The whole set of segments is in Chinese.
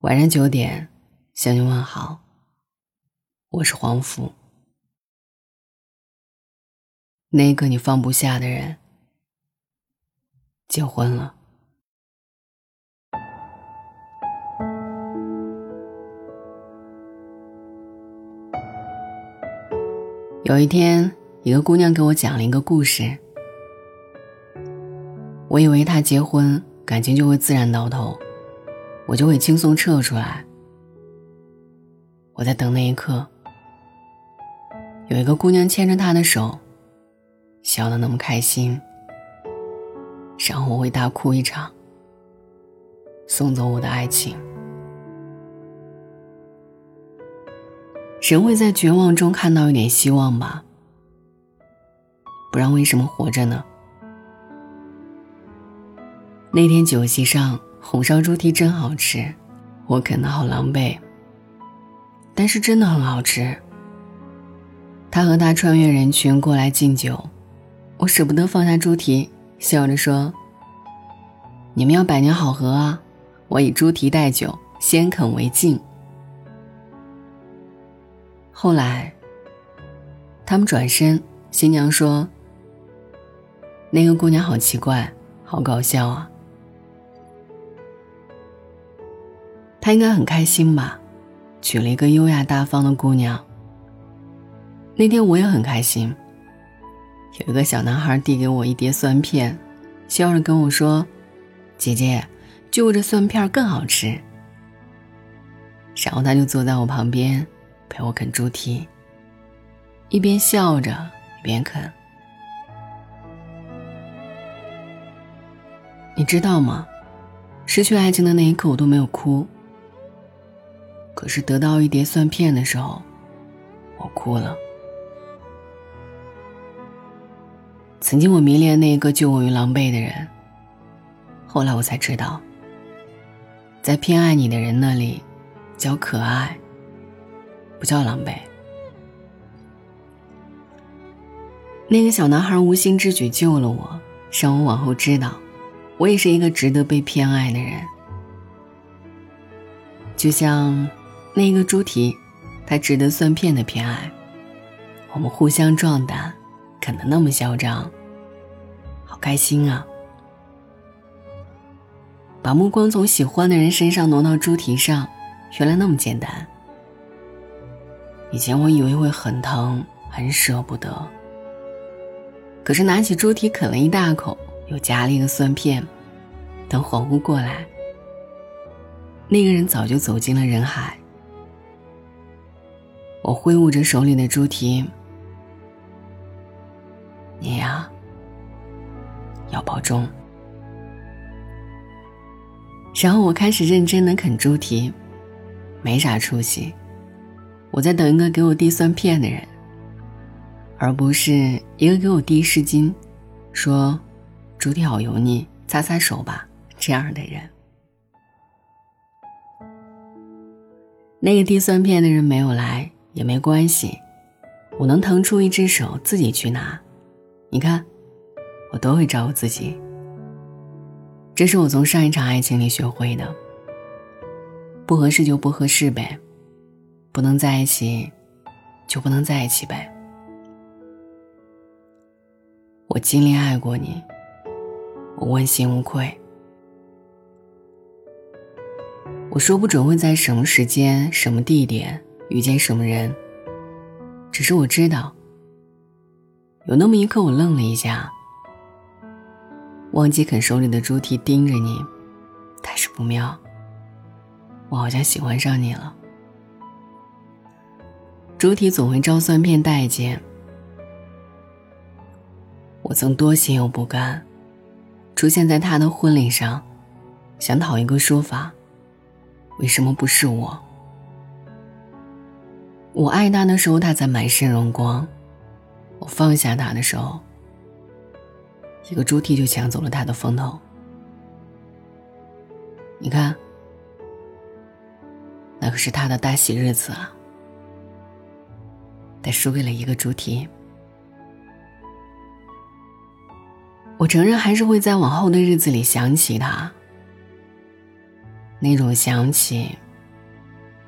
晚上9点向你问好，我是黄甫。那个你放不下的人结婚了。有一天，一个姑娘给我讲了一个故事。我以为她结婚，感情就会自然到头，我就会轻松撤出来。我在等那一刻，有一个姑娘牵着她的手，笑得那么开心，然后我会大哭一场，送走我的爱情。人会在绝望中看到一点希望吧，不然为什么活着呢？那天酒席上，红烧猪蹄真好吃，我啃得好狼狈，但是真的很好吃。他和他穿越人群过来敬酒，我舍不得放下猪蹄，笑着说：你们要百年好合啊，我以猪蹄代酒，先啃为敬。后来他们转身，新娘说：那个姑娘好奇怪，好搞笑啊。她应该很开心吧，娶了一个优雅大方的姑娘。那天我也很开心，有一个小男孩递给我一碟蒜片，笑着跟我说：姐姐，就着蒜片更好吃。然后他就坐在我旁边陪我啃猪蹄，一边笑着一边啃。你知道吗？失去爱情的那一刻我都没有哭，可是得到一碟蒜片的时候，我哭了。曾经我迷恋那个救我于狼狈的人，后来我才知道，在偏爱你的人那里叫可爱，不叫狼狈。那个小男孩无心之举救了我，让我往后知道，我也是一个值得被偏爱的人。就像那个猪蹄，他值得蒜片的偏爱，我们互相壮胆，啃得那么嚣张，好开心啊。把目光从喜欢的人身上挪到猪蹄上，原来那么简单。以前我以为会很疼，很舍不得，可是拿起猪蹄啃了一大口，又夹了一个蒜片，等恍惚过来，那个人早就走进了人海。我挥舞着手里的猪蹄，你呀，要保重。然后我开始认真地啃猪蹄，没啥出息，我在等一个给我递蒜片的人，而不是一个给我递湿巾，说猪蹄好油腻，擦擦手吧，这样的人。那个递蒜片的人没有来也没关系，我能腾出一只手自己去拿，你看我都会照顾自己。这是我从上一场爱情里学会的，不合适就不合适呗，不能在一起就不能在一起呗。我尽力爱过你，我问心无愧。我说不准会在什么时间什么地点遇见什么人，只是我知道有那么一刻我愣了一下，忘记啃手里的猪蹄盯着你，但是不妙，我好像喜欢上你了。猪蹄总会招蒜片待见，我曾多心又不甘，出现在他的婚礼上，想讨一个说法，为什么不是我？我爱他的时候他才满身荣光，我放下他的时候，一个猪蹄就抢走了他的风头。你看，那可是他的大喜日子啊，但输给了一个猪蹄。我承认还是会在往后的日子里想起他，那种想起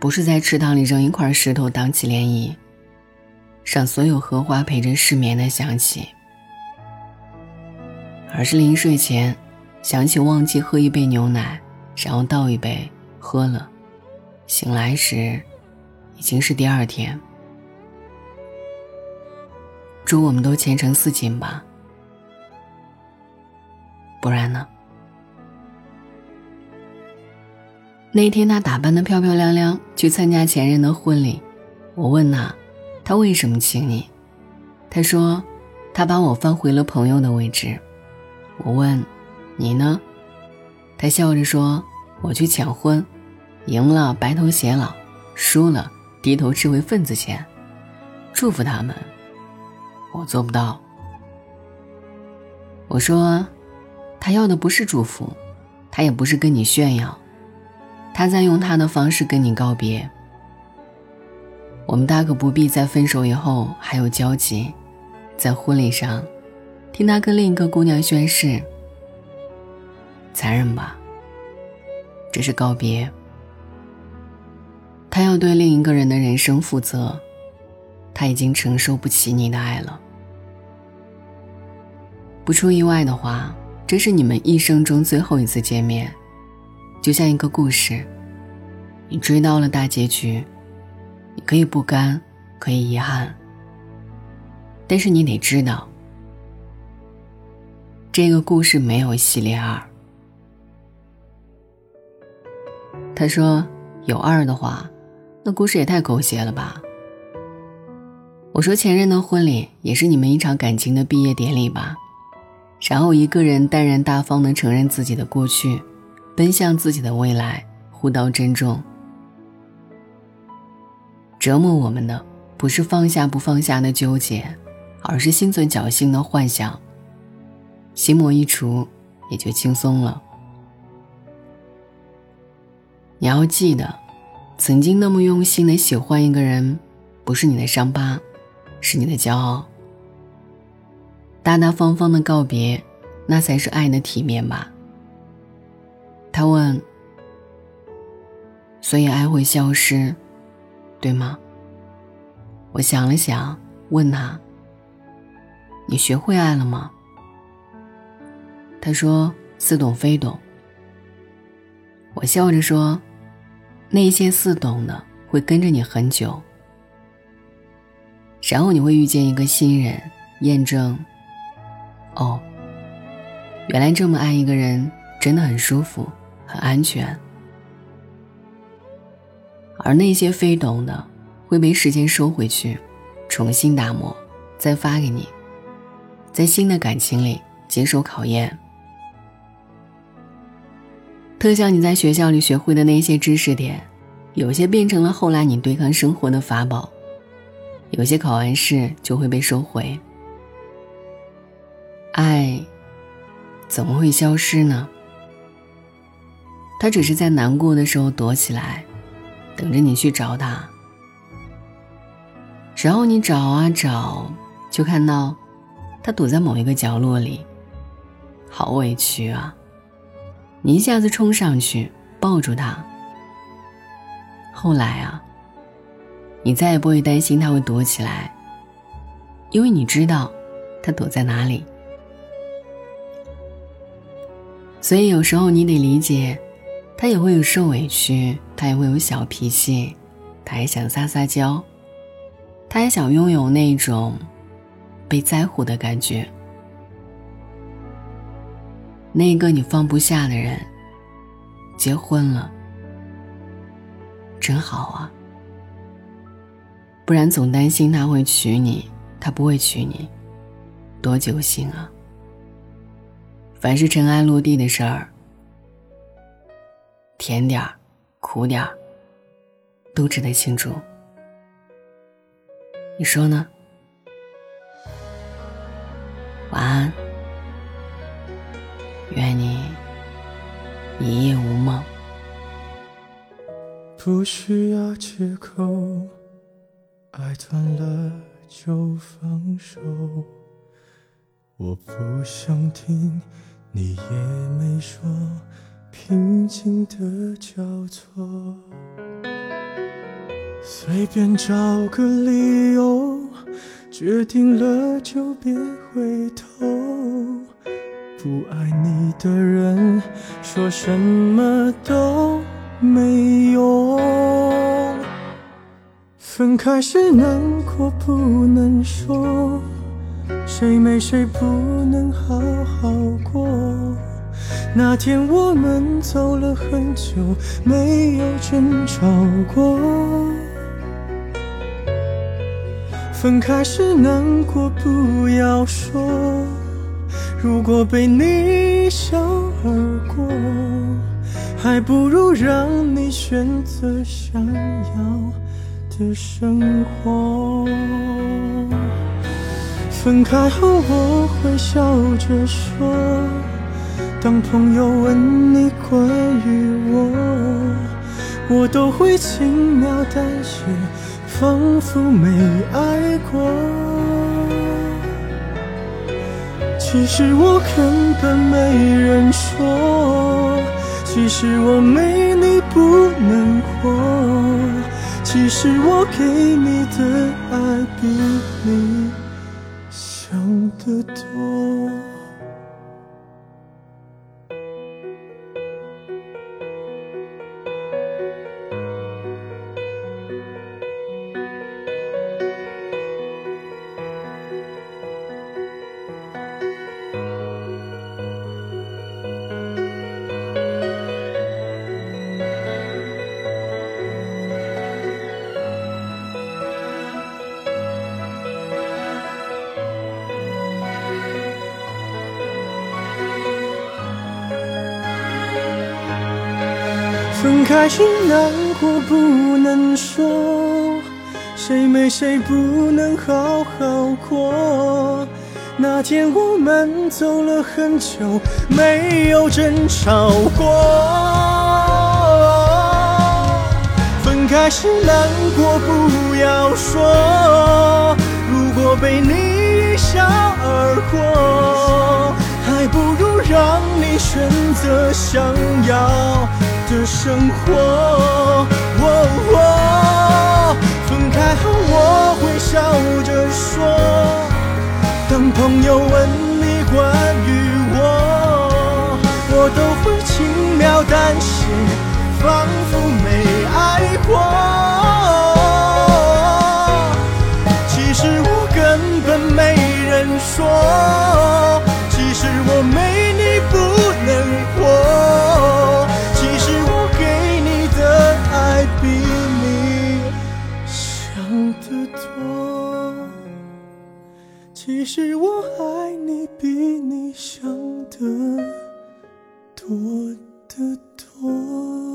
不是在池塘里扔一块石头荡起涟漪，让所有荷花陪着失眠的想起，而是临睡前想起忘记喝一杯牛奶，然后倒一杯喝了，醒来时已经是第二天。祝我们都前程似锦吧，不然呢？那天他打扮得漂漂亮亮去参加前任的婚礼，我问他为什么请你？他说他把我放回了朋友的位置。我问你呢？他笑着说我去抢婚，赢了白头偕老，输了低头吃回份子钱，祝福他们。我做不到。我说他要的不是祝福，他也不是跟你炫耀，他在用他的方式跟你告别。我们大可不必在分手以后还有交集，在婚礼上听他跟另一个姑娘宣誓。残忍吧，这是告别。他要对另一个人的人生负责，他已经承受不起你的爱了。不出意外的话，这是你们一生中最后一次见面，就像一个故事，你追到了大结局，你可以不甘，可以遗憾，但是你得知道，这个故事没有系列2。他说有2的话，那故事也太狗血了吧。我说前任的婚礼也是你们一场感情的毕业典礼吧，然后一个人淡然大方地承认自己的过去，奔向自己的未来，互道珍重。折磨我们的不是放下不放下的纠结，而是心存侥幸的幻想，心魔一除也就轻松了。你要记得，曾经那么用心的喜欢一个人，不是你的伤疤，是你的骄傲。大大方方的告别，那才是爱的体面吧。他问，所以爱会消失，对吗？我想了想，问他，你学会爱了吗？他说似懂非懂。我笑着说，那些似懂的会跟着你很久，然后你会遇见一个新人，验证，哦，原来这么爱一个人真的很舒服，很安全。而那些非懂的会被时间收回去，重新打磨，再发给你，在新的感情里接受考验。特像你在学校里学会的那些知识点，有些变成了后来你对抗生活的法宝，有些考完试就会被收回。爱怎么会消失呢？它只是在难过的时候躲起来，等着你去找它。然后你找啊找，就看到它躲在某一个角落里，好委屈啊。你一下子冲上去抱住它，后来啊，你再也不会担心它会躲起来，因为你知道它躲在哪里。所以有时候你得理解，他也会有受委屈，他也会有小脾气，他也想撒撒娇，他也想拥有那种被在乎的感觉。那个你放不下的人结婚了，真好啊。不然总担心他会娶你，他不会娶你，多揪心啊。凡是尘埃落地的事儿，甜点儿苦点儿都值得庆祝，你说呢？晚安，愿你一夜无梦。 不需要借口，爱断了就放手，我不想听，你也没说，平静的交错。 随便找个理由，决定了就别回头。不爱你的人，说什么都没用。分开时难过不能说，谁没谁不能好好过。那天我们走了很久，没有争吵过。分开时难过不要说，如果被你笑而过，还不如让你选择想要的生活。分开后我会笑着说，当朋友问你关于我都会轻描淡写，仿佛没爱过。其实我根本没人说，其实我没你不能活，其实我给你的爱比你想得多。分开时难过不能说，谁没谁不能好好过。那天我们走了很久，没有争吵过。分开时难过不要说，如果被你笑而过，还不如让你选择想要的生活。分开后我会笑着说，当朋友问你关于我都会轻描淡写，仿佛没爱过。其实我根本没人说，其实我没你不能活，其实我给你的爱比你想得多，其实我爱你比你想的多得多。